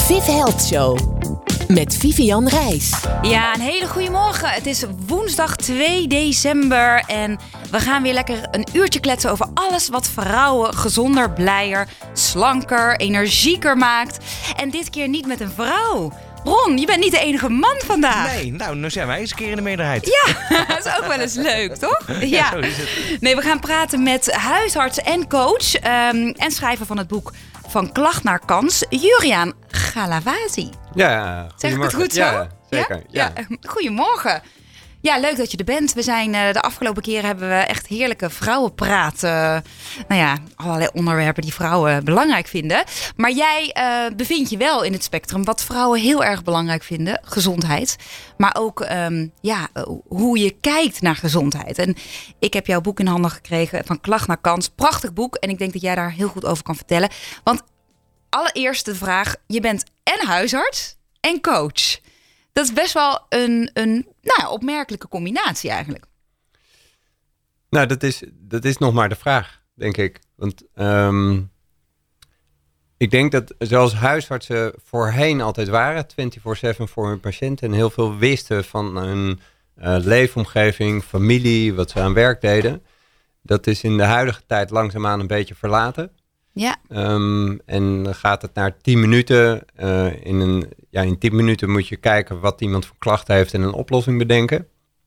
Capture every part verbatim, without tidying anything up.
Viv Health Show met Vivian Reis. Ja, een hele goede morgen. Het is woensdag twee december en we gaan weer lekker een uurtje kletsen over alles wat vrouwen gezonder, blijer, slanker, energieker maakt. En dit keer niet met een vrouw. Ron, je bent niet de enige man vandaag. Nee, nou, nu zijn wij eens een keer in de meerderheid. Ja, dat is ook wel eens leuk, toch? Ja, ja, zo is het. Nee, we gaan praten met huisarts en coach um, en schrijver van het boek Van Klacht naar Kans, Juriaan Galavazi. Ja, zeg ik het goed zo? Ja, zeker. Ja? Ja. Ja. Goedemorgen. Ja, leuk dat je er bent. We zijn uh, de afgelopen keren hebben we echt heerlijke vrouwenpraat. Uh, nou ja, allerlei onderwerpen die vrouwen belangrijk vinden. Maar jij uh, bevindt je wel in het spectrum wat vrouwen heel erg belangrijk vinden. Gezondheid. Maar ook um, ja, uh, hoe je kijkt naar gezondheid. En ik heb jouw boek in handen gekregen, Van Klacht naar Kans. Prachtig boek. En ik denk dat jij daar heel goed over kan vertellen. Want allereerst de vraag, je bent en huisarts en coach. Dat is best wel een, een nou, opmerkelijke combinatie eigenlijk. Nou, dat is, dat is nog maar de vraag, denk ik. Want um, ik denk dat zoals huisartsen voorheen altijd waren, vierentwintig zeven voor hun patiënten, en heel veel wisten van hun uh, leefomgeving, familie, wat ze aan werk deden. Dat is in de huidige tijd langzaamaan een beetje verlaten. Ja. Um, en dan gaat het naar tien minuten. Uh, in, een, ja, in tien minuten moet je kijken wat iemand voor klachten heeft en een oplossing bedenken.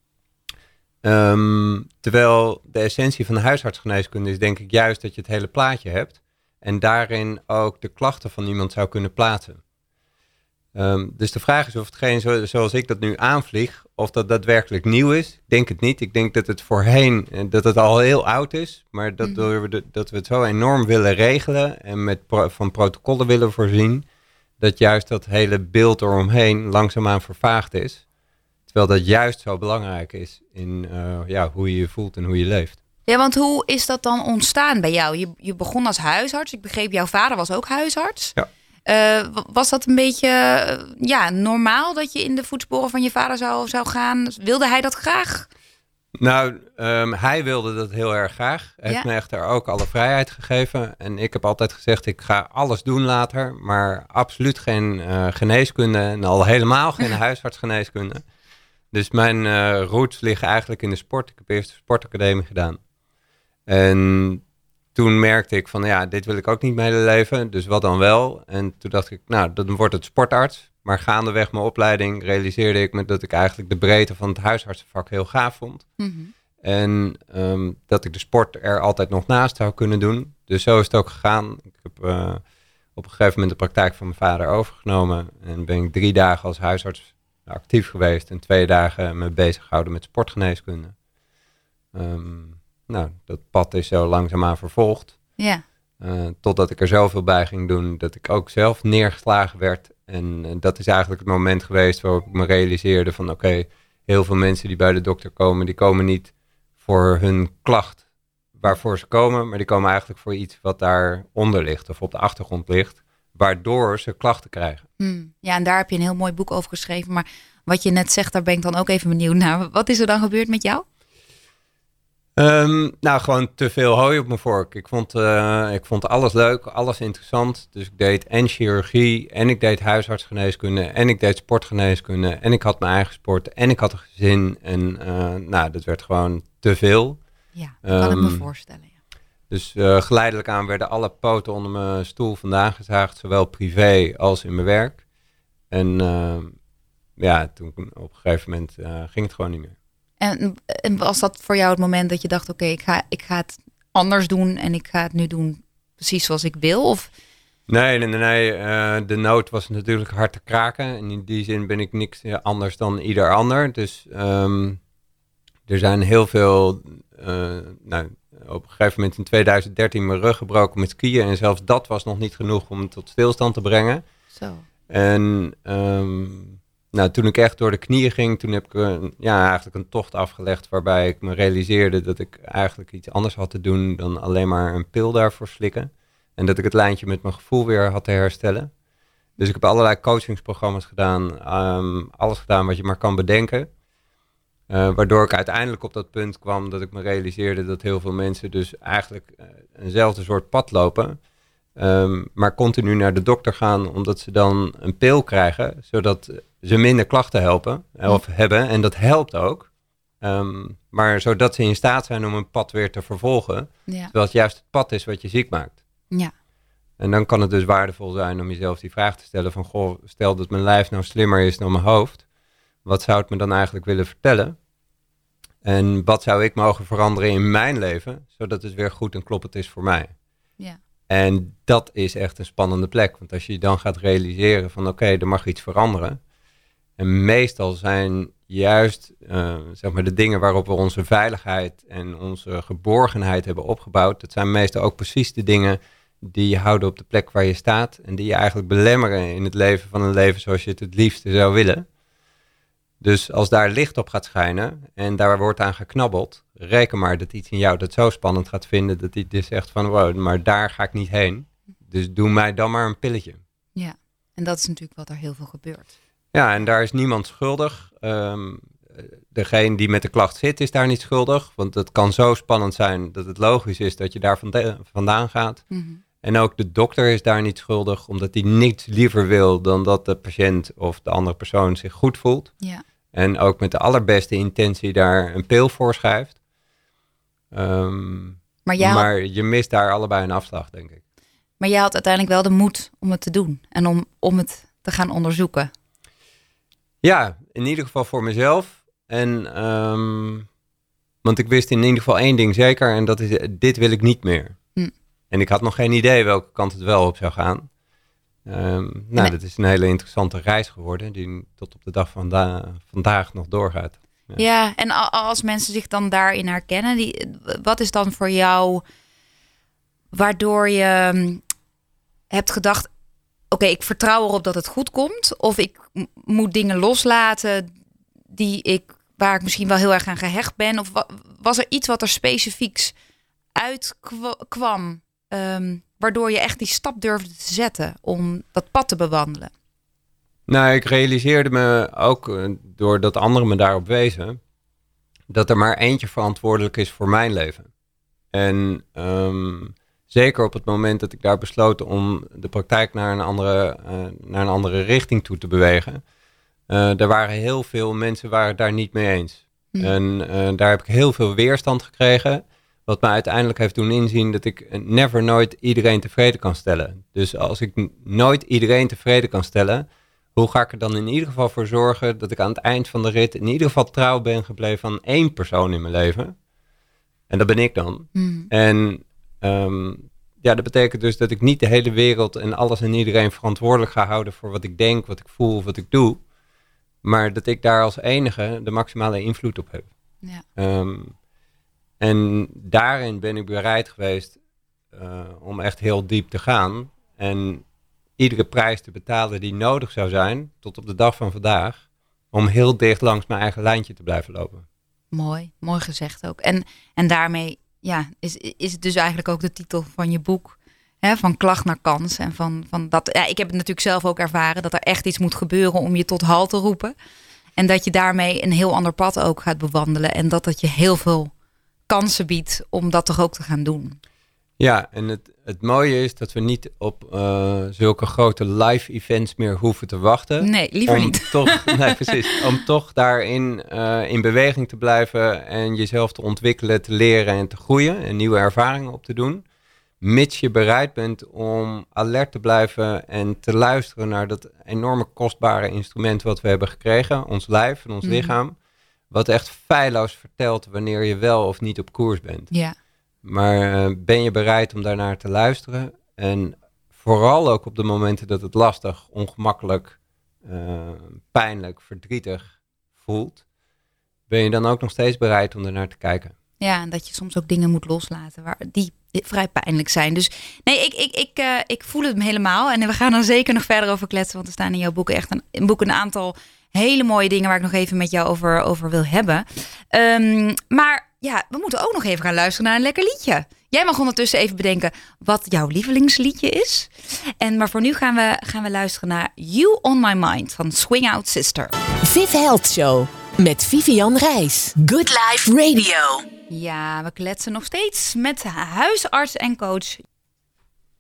Um, terwijl de essentie van de huisartsgeneeskunde is denk ik juist dat je het hele plaatje hebt. En daarin ook de klachten van iemand zou kunnen plaatsen. Um, dus de vraag is of hetgeen zo, zoals ik dat nu aanvlieg, of dat daadwerkelijk nieuw is. Ik denk het niet. Ik denk dat het voorheen, dat het al heel oud is. Maar dat, mm-hmm. door de, dat we het zo enorm willen regelen en met pro, van protocollen willen voorzien, dat juist dat hele beeld eromheen langzaamaan vervaagd is. Terwijl dat juist zo belangrijk is in uh, ja, hoe je je voelt en hoe je leeft. Ja, want hoe is dat dan ontstaan bij jou? Je, je begon als huisarts. Ik begreep, jouw vader was ook huisarts. Ja. Uh, was dat een beetje uh, ja, normaal dat je in de voetsporen van je vader zou, zou gaan? Wilde hij dat graag? Nou, um, hij wilde dat heel erg graag. Hij ja. heeft me echt er ook alle vrijheid gegeven. En ik heb altijd gezegd, ik ga alles doen later. Maar absoluut geen uh, geneeskunde en al helemaal geen huisartsgeneeskunde. Dus mijn uh, roots liggen eigenlijk in de sport. Ik heb eerst de sportacademie gedaan. En toen merkte ik van, ja, dit wil ik ook niet mijn hele leven. Dus wat dan wel? En toen dacht ik, nou, dan wordt het sportarts. Maar gaandeweg mijn opleiding realiseerde ik me dat ik eigenlijk de breedte van het huisartsenvak heel gaaf vond. Mm-hmm. En um, dat ik de sport er altijd nog naast zou kunnen doen. Dus zo is het ook gegaan. Ik heb uh, op een gegeven moment de praktijk van mijn vader overgenomen. En ben ik drie dagen als huisarts actief geweest. En twee dagen me bezig gehouden met sportgeneeskunde. Um, nou, dat pad is zo langzaamaan vervolgd. Ja. Uh, totdat ik er zoveel bij ging doen dat ik ook zelf neergeslagen werd. En uh, dat is eigenlijk het moment geweest waarop ik me realiseerde van oké, okay, heel veel mensen die bij de dokter komen, die komen niet voor hun klacht waarvoor ze komen, maar die komen eigenlijk voor iets wat daaronder ligt of op de achtergrond ligt, waardoor ze klachten krijgen. Hmm. Ja, en daar heb je een heel mooi boek over geschreven. Maar wat je net zegt, daar ben ik dan ook even benieuwd naar. Wat is er dan gebeurd met jou? Um, nou, gewoon te veel hooi op mijn vork. Ik vond, uh, ik vond alles leuk, alles interessant. Dus ik deed en chirurgie, en ik deed huisartsgeneeskunde, en ik deed sportgeneeskunde, en ik had mijn eigen sport, en ik had een gezin. En uh, nou, dat werd gewoon te veel. Ja, dat kan um, ik me voorstellen. Ja. Dus uh, geleidelijk aan werden alle poten onder mijn stoel vandaan gezaagd, zowel privé als in mijn werk. En uh, ja, toen op een gegeven moment uh, ging het gewoon niet meer. En, en was dat voor jou het moment dat je dacht, oké, okay, ik, ga, ik ga het anders doen en ik ga het nu doen precies zoals ik wil? Of? Nee, nee, nee. Uh, de nood was natuurlijk hard te kraken. En in die zin ben ik niks anders dan ieder ander. Dus um, er zijn heel veel, uh, nou, op een gegeven moment in twintig dertien mijn rug gebroken met skiën. En zelfs dat was nog niet genoeg om het tot stilstand te brengen. Zo. En um, nou, toen ik echt door de knieën ging, toen heb ik een, ja, eigenlijk een tocht afgelegd waarbij ik me realiseerde dat ik eigenlijk iets anders had te doen dan alleen maar een pil daarvoor slikken. En dat ik het lijntje met mijn gevoel weer had te herstellen. Dus ik heb allerlei coachingsprogramma's gedaan, um, alles gedaan wat je maar kan bedenken. Uh, waardoor ik uiteindelijk op dat punt kwam dat ik me realiseerde dat heel veel mensen dus eigenlijk uh, eenzelfde soort pad lopen. Um, maar continu naar de dokter gaan omdat ze dan een pil krijgen, zodat ze minder klachten helpen of hebben. En dat helpt ook. Um, maar zodat ze in staat zijn om een pad weer te vervolgen. Ja. Terwijl het juist het pad is wat je ziek maakt. Ja. En dan kan het dus waardevol zijn om jezelf die vraag te stellen van, goh, stel dat mijn lijf nou slimmer is dan mijn hoofd. Wat zou het me dan eigenlijk willen vertellen? En wat zou ik mogen veranderen in mijn leven, zodat het weer goed en kloppend is voor mij? Ja. En dat is echt een spannende plek. Want als je dan gaat realiseren van, oké, okay, er mag iets veranderen. En meestal zijn juist uh, zeg maar de dingen waarop we onze veiligheid en onze geborgenheid hebben opgebouwd. Dat zijn meestal ook precies de dingen die je houden op de plek waar je staat. En die je eigenlijk belemmeren in het leven van een leven zoals je het het liefste zou willen. Dus als daar licht op gaat schijnen en daar wordt aan geknabbeld, reken maar dat iets in jou dat zo spannend gaat vinden dat hij dus zegt van, wow, maar daar ga ik niet heen. Dus doe mij dan maar een pilletje. Ja, en dat is natuurlijk wat er heel veel gebeurt. Ja, en daar is niemand schuldig. Um, degene die met de klacht zit is daar niet schuldig, want het kan zo spannend zijn dat het logisch is dat je daar vanda- vandaan gaat. Mm-hmm. En ook de dokter is daar niet schuldig, omdat hij niets liever wil dan dat de patiënt of de andere persoon zich goed voelt. Ja. En ook met de allerbeste intentie daar een pil voor schrijft. Um, maar, had... maar je mist daar allebei een afslag, denk ik. Maar jij had uiteindelijk wel de moed om het te doen en om, om het te gaan onderzoeken. Ja, in ieder geval voor mezelf. En, um, want ik wist in ieder geval één ding zeker en dat is, dit wil ik niet meer. Hm. En ik had nog geen idee welke kant het wel op zou gaan. Um, nou, dat is een hele interessante reis geworden die tot op de dag van da- vandaag nog doorgaat. Ja. ja, en als mensen zich dan daarin herkennen, die, wat is dan voor jou waardoor je hebt gedacht, oké, okay, ik vertrouw erop dat het goed komt, of ik m- moet dingen loslaten die ik, waar ik misschien wel heel erg aan gehecht ben, of wa- was er iets wat er specifieks uitkwam, um, waardoor je echt die stap durfde te zetten om dat pad te bewandelen? Nou, ik realiseerde me ook, uh, doordat anderen me daarop wezen, dat er maar eentje verantwoordelijk is voor mijn leven. En um, zeker op het moment dat ik daar besloot om de praktijk naar een andere, uh, naar een andere richting toe te bewegen. Uh, er waren heel veel mensen waren het daar niet mee eens. Mm. En uh, daar heb ik heel veel weerstand gekregen. Wat me uiteindelijk heeft doen inzien dat ik never nooit iedereen tevreden kan stellen. Dus als ik n- nooit iedereen tevreden kan stellen, hoe ga ik er dan in ieder geval voor zorgen dat ik aan het eind van de rit in ieder geval trouw ben gebleven aan één persoon in mijn leven. En dat ben ik dan. Mm. En um, ja, dat betekent dus dat ik niet de hele wereld en alles en iedereen verantwoordelijk ga houden voor wat ik denk, wat ik voel of wat ik doe. Maar dat ik daar als enige de maximale invloed op heb. Ja. Um, en daarin ben ik bereid geweest uh, om echt heel diep te gaan. En iedere prijs te betalen die nodig zou zijn, tot op de dag van vandaag, om heel dicht langs mijn eigen lijntje te blijven lopen. Mooi, mooi gezegd ook. En, en daarmee ja, is, is het dus eigenlijk ook de titel van je boek. Hè, van klacht naar kans. En van, van dat, ja, ik heb het natuurlijk zelf ook ervaren dat er echt iets moet gebeuren om je tot halt te roepen. En dat je daarmee een heel ander pad ook gaat bewandelen. En dat dat je heel veel kansen biedt om dat toch ook te gaan doen. Ja, en het, het mooie is dat we niet op uh, zulke grote live events meer hoeven te wachten. Nee, liever om niet. Toch, nee, precies. Om toch daarin uh, in beweging te blijven en jezelf te ontwikkelen, te leren en te groeien en nieuwe ervaringen op te doen. Mits je bereid bent om alert te blijven en te luisteren naar dat enorme kostbare instrument wat we hebben gekregen. Ons lijf en ons mm. lichaam. Wat echt feilloos vertelt wanneer je wel of niet op koers bent. Ja. Maar uh, ben je bereid om daarnaar te luisteren? En vooral ook op de momenten dat het lastig, ongemakkelijk, uh, pijnlijk, verdrietig voelt. Ben je dan ook nog steeds bereid om ernaar te kijken? Ja, en dat je soms ook dingen moet loslaten waar die vrij pijnlijk zijn. Dus nee, ik, ik, ik, uh, ik voel het helemaal. En we gaan er zeker nog verder over kletsen. Want er staan in jouw boeken echt een, in boek een aantal hele mooie dingen waar ik nog even met jou over, over wil hebben. Um, maar ja, we moeten ook nog even gaan luisteren naar een lekker liedje. Jij mag ondertussen even bedenken wat jouw lievelingsliedje is. En maar voor nu gaan we, gaan we luisteren naar You On My Mind van Swing Out Sister. Viv Health Show met Vivian Reis. Good Life Radio. Ja, we kletsen nog steeds met huisarts en coach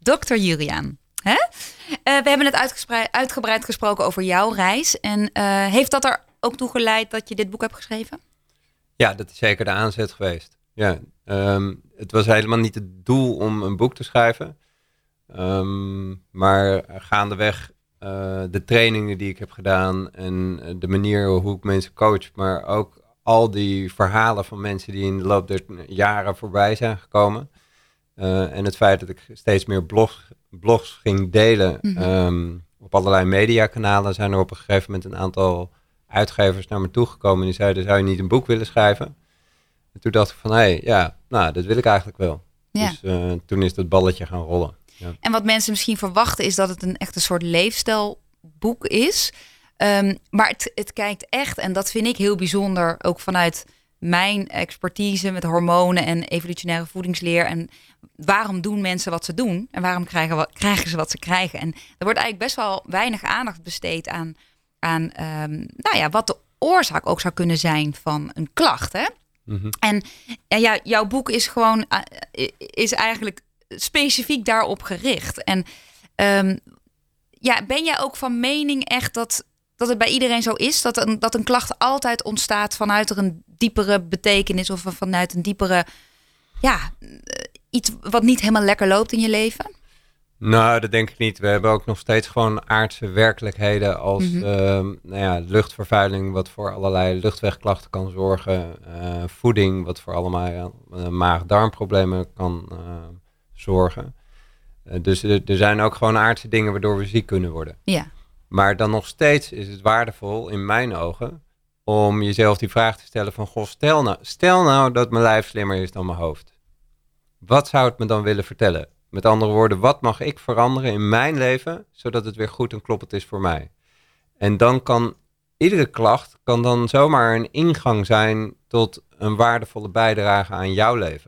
dokter Juriaan. Hè? Uh, we hebben het uitgespre- uitgebreid gesproken over jouw reis. En uh, heeft dat er ook toe geleid dat je dit boek hebt geschreven? Ja, dat is zeker de aanzet geweest. Ja, um, het was helemaal niet het doel om een boek te schrijven. Um, maar gaandeweg uh, de trainingen die ik heb gedaan en de manier hoe ik mensen coach, maar ook al die verhalen van mensen die in de loop der jaren voorbij zijn gekomen. Uh, en het feit dat ik steeds meer blogs, blogs ging delen mm-hmm. um, op allerlei mediakanalen, zijn er op een gegeven moment een aantal uitgevers naar me toegekomen en die zeiden, zou je niet een boek willen schrijven? En toen dacht ik van, hé, hey, ja, nou, dat wil ik eigenlijk wel. Ja. Dus uh, toen is dat balletje gaan rollen. Ja. En wat mensen misschien verwachten is dat het een echt een soort leefstijlboek is. Um, maar het, het kijkt echt, en dat vind ik heel bijzonder, ook vanuit mijn expertise met hormonen en evolutionaire voedingsleer. En waarom doen mensen wat ze doen? En waarom krijgen, we, krijgen ze wat ze krijgen? En er wordt eigenlijk best wel weinig aandacht besteed aan, aan um, nou ja, wat de oorzaak ook zou kunnen zijn van een klacht. Hè? Mm-hmm. En, en ja, jouw boek is gewoon uh, is eigenlijk specifiek daarop gericht. En um, ja, ben jij ook van mening echt dat, dat het bij iedereen zo is? Dat een, dat een klacht altijd ontstaat vanuit er een diepere betekenis of vanuit een diepere, ja, iets wat niet helemaal lekker loopt in je leven? Nou, dat denk ik niet. We hebben ook nog steeds gewoon aardse werkelijkheden als mm-hmm. uh, nou ja, luchtvervuiling, wat voor allerlei luchtwegklachten kan zorgen. Uh, voeding, wat voor allemaal uh, maag-darmproblemen kan uh, zorgen. Uh, dus er, er zijn ook gewoon aardse dingen waardoor we ziek kunnen worden. Ja. Maar dan nog steeds is het waardevol, in mijn ogen, om jezelf die vraag te stellen van, goh, stel nou, stel nou dat mijn lijf slimmer is dan mijn hoofd. Wat zou het me dan willen vertellen? Met andere woorden, wat mag ik veranderen in mijn leven, zodat het weer goed en kloppend is voor mij? En dan kan iedere klacht kan dan zomaar een ingang zijn tot een waardevolle bijdrage aan jouw leven.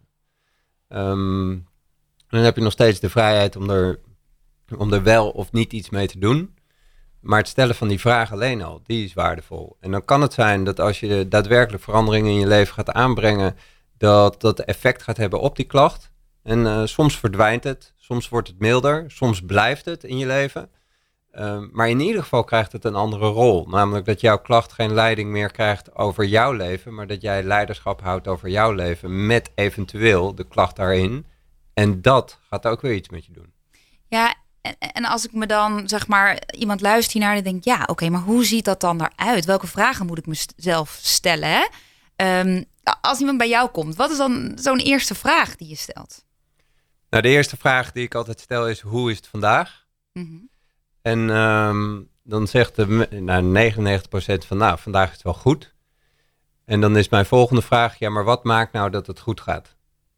Um, dan heb je nog steeds de vrijheid om er, om er wel of niet iets mee te doen. Maar het stellen van die vraag alleen al, die is waardevol. En dan kan het zijn dat als je daadwerkelijk veranderingen in je leven gaat aanbrengen, dat dat effect gaat hebben op die klacht. En uh, soms verdwijnt het, soms wordt het milder, soms blijft het in je leven. Uh, maar in ieder geval krijgt het een andere rol. Namelijk dat jouw klacht geen leiding meer krijgt over jouw leven, maar dat jij leiderschap houdt over jouw leven met eventueel de klacht daarin. En dat gaat ook weer iets met je doen. Ja, en, en als ik me dan, zeg maar, iemand luistert hiernaar en denkt, ja, oké, okay, maar hoe ziet dat dan eruit? Welke vragen moet ik mezelf stellen? Hè? Um, als iemand bij jou komt, wat is dan zo'n eerste vraag die je stelt? Nou, de eerste vraag die ik altijd stel is, hoe is het vandaag? Mm-hmm. En um, dan zegt de, nou, negenennegentig procent van, nou, vandaag is het wel goed. En dan is mijn volgende vraag, ja, maar wat maakt nou dat het goed gaat?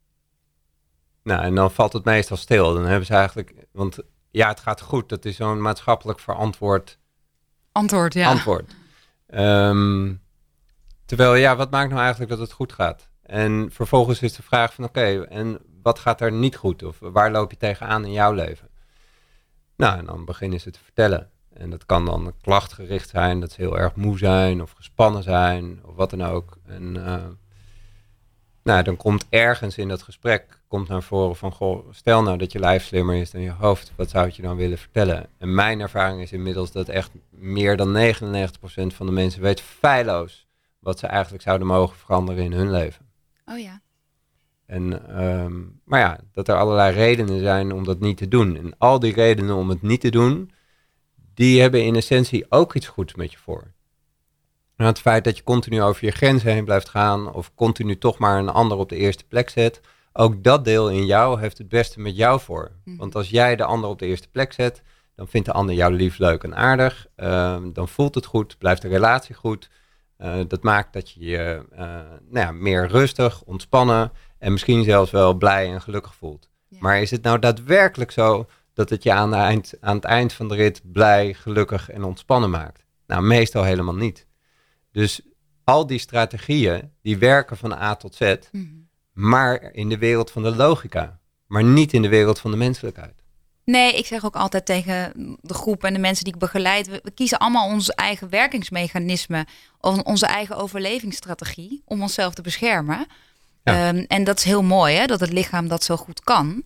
Nou, en dan valt het meestal stil. Dan hebben ze eigenlijk, want ja, het gaat goed. Dat is zo'n maatschappelijk verantwoord antwoord. Ja. antwoord. Um, terwijl, ja, wat maakt nou eigenlijk dat het goed gaat? En vervolgens is de vraag van, oké, okay, en wat gaat er niet goed? Of waar loop je tegenaan in jouw leven? Nou, en dan beginnen ze te vertellen. En dat kan dan klachtgericht zijn, dat ze heel erg moe zijn of gespannen zijn of wat dan ook. En uh, nou, dan komt ergens in dat gesprek komt naar voren van, goh, stel nou dat je lijf slimmer is dan je hoofd. Wat zou het je dan willen vertellen? En mijn ervaring is inmiddels dat echt meer dan negenennegentig procent van de mensen weet feilloos wat ze eigenlijk zouden mogen veranderen in hun leven. Oh ja. En, um, maar ja, dat er allerlei redenen zijn om dat niet te doen. En al die redenen om het niet te doen, die hebben in essentie ook iets goeds met je voor. En het feit dat je continu over je grenzen heen blijft gaan, of continu toch maar een ander op de eerste plek zet, ook dat deel in jou heeft het beste met jou voor. Mm. Want als jij de ander op de eerste plek zet, dan vindt de ander jou lief, leuk en aardig. Um, dan voelt het goed, blijft de relatie goed. Uh, dat maakt dat je je uh, nou ja, meer rustig, ontspannen en misschien zelfs wel blij en gelukkig voelt. Ja. Maar is het nou daadwerkelijk zo dat het je aan, de eind, aan het eind van de rit blij, gelukkig en ontspannen maakt? Nou, meestal helemaal niet. Dus al die strategieën, die werken van A tot Z, mm-hmm. maar in de wereld van de logica, maar niet in de wereld van de menselijkheid. Nee, ik zeg ook altijd tegen de groep en de mensen die ik begeleid, we, we kiezen allemaal onze eigen werkingsmechanismen, onze eigen overlevingsstrategie om onszelf te beschermen. Ja. Um, en dat is heel mooi, hè, dat het lichaam dat zo goed kan.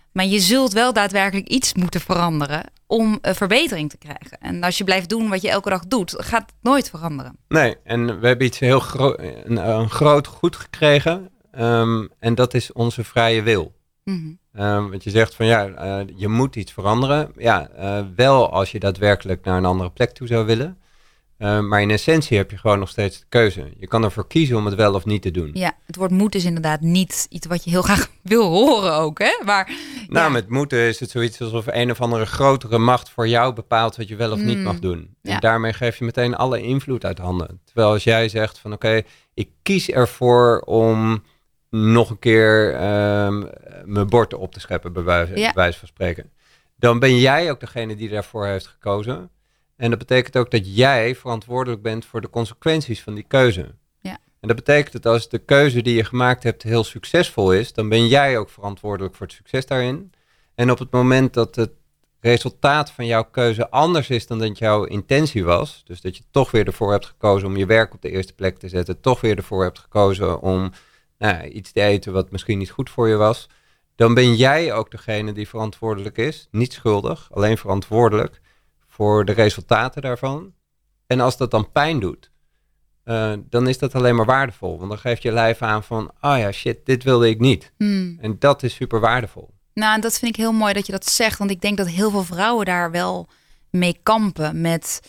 Maar je zult wel daadwerkelijk iets moeten veranderen om een verbetering te krijgen. En als je blijft doen wat je elke dag doet, gaat het nooit veranderen. Nee, en we hebben iets heel gro- een, een groot goed gekregen. Um, en dat is onze vrije wil. Mm-hmm. Um, want je zegt van ja, uh, je moet iets veranderen. Ja, uh, wel als je daadwerkelijk naar een andere plek toe zou willen. Uh, maar in essentie heb je gewoon nog steeds de keuze. Je kan ervoor kiezen om het wel of niet te doen. Ja, het woord moet is inderdaad niet iets wat je heel graag wil horen ook, hè? Maar, nou, ja. met moeten is het zoiets alsof een of andere grotere macht voor jou bepaalt wat je wel of mm. niet mag doen. En ja. daarmee geef je meteen alle invloed uit handen. Terwijl als jij zegt van oké, okay, ik kies ervoor om nog een keer um, mijn bord op te scheppen, bij wijze, ja. bij wijze van spreken. Dan ben jij ook degene die daarvoor heeft gekozen. En dat betekent ook dat jij verantwoordelijk bent voor de consequenties van die keuze. Ja. En dat betekent dat als de keuze die je gemaakt hebt heel succesvol is, dan ben jij ook verantwoordelijk voor het succes daarin. En op het moment dat het resultaat van jouw keuze anders is dan dat jouw intentie was, dus dat je toch weer ervoor hebt gekozen om je werk op de eerste plek te zetten, toch weer ervoor hebt gekozen om nou, iets te eten wat misschien niet goed voor je was, dan ben jij ook degene die verantwoordelijk is, niet schuldig, alleen verantwoordelijk voor de resultaten daarvan. En als dat dan pijn doet, uh, dan is dat alleen maar waardevol. Want dan geeft je lijf aan van, ah oh ja, shit, dit wilde ik niet. Hmm. En dat is super waardevol. Nou, dat vind ik heel mooi dat je dat zegt. Want ik denk dat heel veel vrouwen daar wel mee kampen. Met,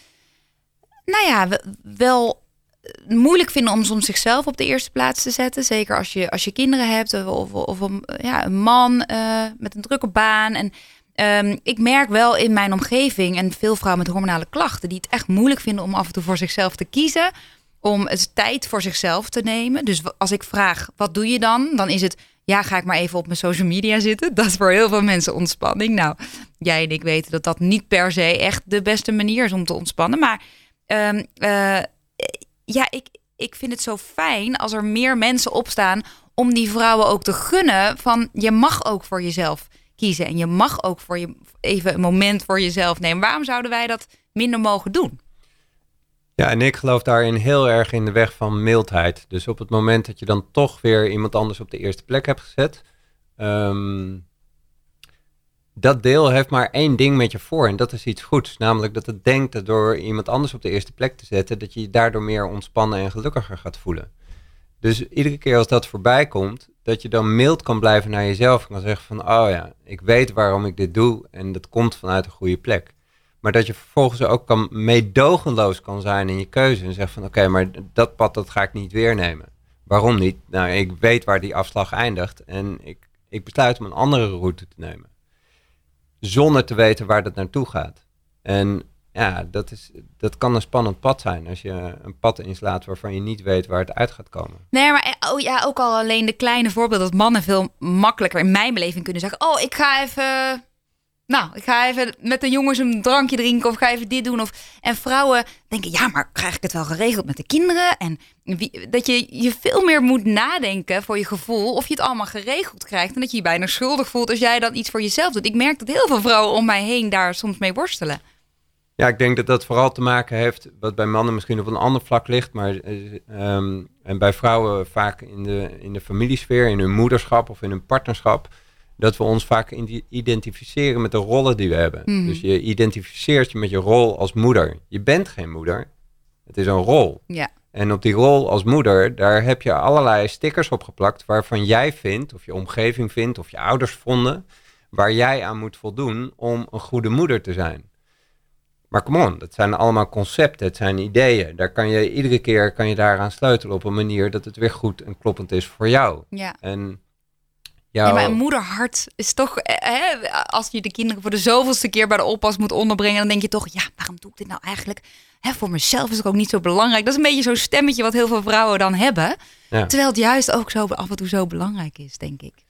nou ja, wel moeilijk vinden om soms zichzelf op de eerste plaats te zetten. Zeker als je, als je kinderen hebt of, of een, ja, een man uh, met een drukke baan. En Um, ik merk wel in mijn omgeving en veel vrouwen met hormonale klachten die het echt moeilijk vinden om af en toe voor zichzelf te kiezen. Om het tijd voor zichzelf te nemen. Dus als ik vraag, wat doe je dan? Dan is het, ja, ga ik maar even op mijn social media zitten. Dat is voor heel veel mensen ontspanning. Nou, jij en ik weten dat dat niet per se echt de beste manier is om te ontspannen. Maar um, uh, ja, ik, ik vind het zo fijn als er meer mensen opstaan om die vrouwen ook te gunnen van je mag ook voor jezelf kiezen. En je mag ook voor je even een moment voor jezelf nemen. Waarom zouden wij dat minder mogen doen? Ja, en ik geloof daarin heel erg in de weg van mildheid. Dus op het moment dat je dan toch weer iemand anders op de eerste plek hebt gezet. Um, dat deel heeft maar één ding met je voor. En dat is iets goeds. Namelijk dat het denkt dat door iemand anders op de eerste plek te zetten, dat je je daardoor meer ontspannen en gelukkiger gaat voelen. Dus iedere keer als dat voorbij komt, dat je dan mild kan blijven naar jezelf. En kan zeggen van, oh ja, ik weet waarom ik dit doe. En dat komt vanuit een goede plek. Maar dat je vervolgens ook kan meedogenloos kan zijn in je keuze. En zeggen van, oké, okay, maar dat pad, dat ga ik niet weer nemen. Waarom niet? Nou, ik weet waar die afslag eindigt. En ik, ik besluit om een andere route te nemen. Zonder te weten waar dat naartoe gaat. En ja, dat, is, dat kan een spannend pad zijn als je een pad inslaat waarvan je niet weet waar het uit gaat komen. Nee, maar oh ja, ook al alleen de kleine voorbeelden dat mannen veel makkelijker in mijn beleving kunnen zeggen, oh, ik ga even, nou, ik ga even met de jongens een drankje drinken of ga even dit doen. Of, en vrouwen denken, ja, maar krijg ik het wel geregeld met de kinderen? En wie, dat je je veel meer moet nadenken voor je gevoel of je het allemaal geregeld krijgt en dat je je bijna schuldig voelt als jij dan iets voor jezelf doet. Ik merk dat heel veel vrouwen om mij heen daar soms mee worstelen. Ja, ik denk dat dat vooral te maken heeft, wat bij mannen misschien op een ander vlak ligt, maar um, en bij vrouwen vaak in de, in de familiesfeer, in hun moederschap of in hun partnerschap, dat we ons vaak identificeren met de rollen die we hebben. Mm. Dus je identificeert je met je rol als moeder. Je bent geen moeder, het is een rol. Ja. En op die rol als moeder, daar heb je allerlei stickers op geplakt waarvan jij vindt, of je omgeving vindt, of je ouders vonden, waar jij aan moet voldoen om een goede moeder te zijn. Maar come on, dat zijn allemaal concepten, het zijn ideeën. Daar kan je iedere keer kan je daaraan sleutelen op een manier dat het weer goed en kloppend is voor jou. Ja. En jouw... ja, maar een moederhart is toch, hè, als je de kinderen voor de zoveelste keer bij de oppas moet onderbrengen, dan denk je toch, ja, waarom doe ik dit nou eigenlijk? Hè, voor mezelf is het ook niet zo belangrijk. Dat is een beetje zo'n stemmetje wat heel veel vrouwen dan hebben. Ja. Terwijl het juist ook zo af en toe zo belangrijk is, denk ik.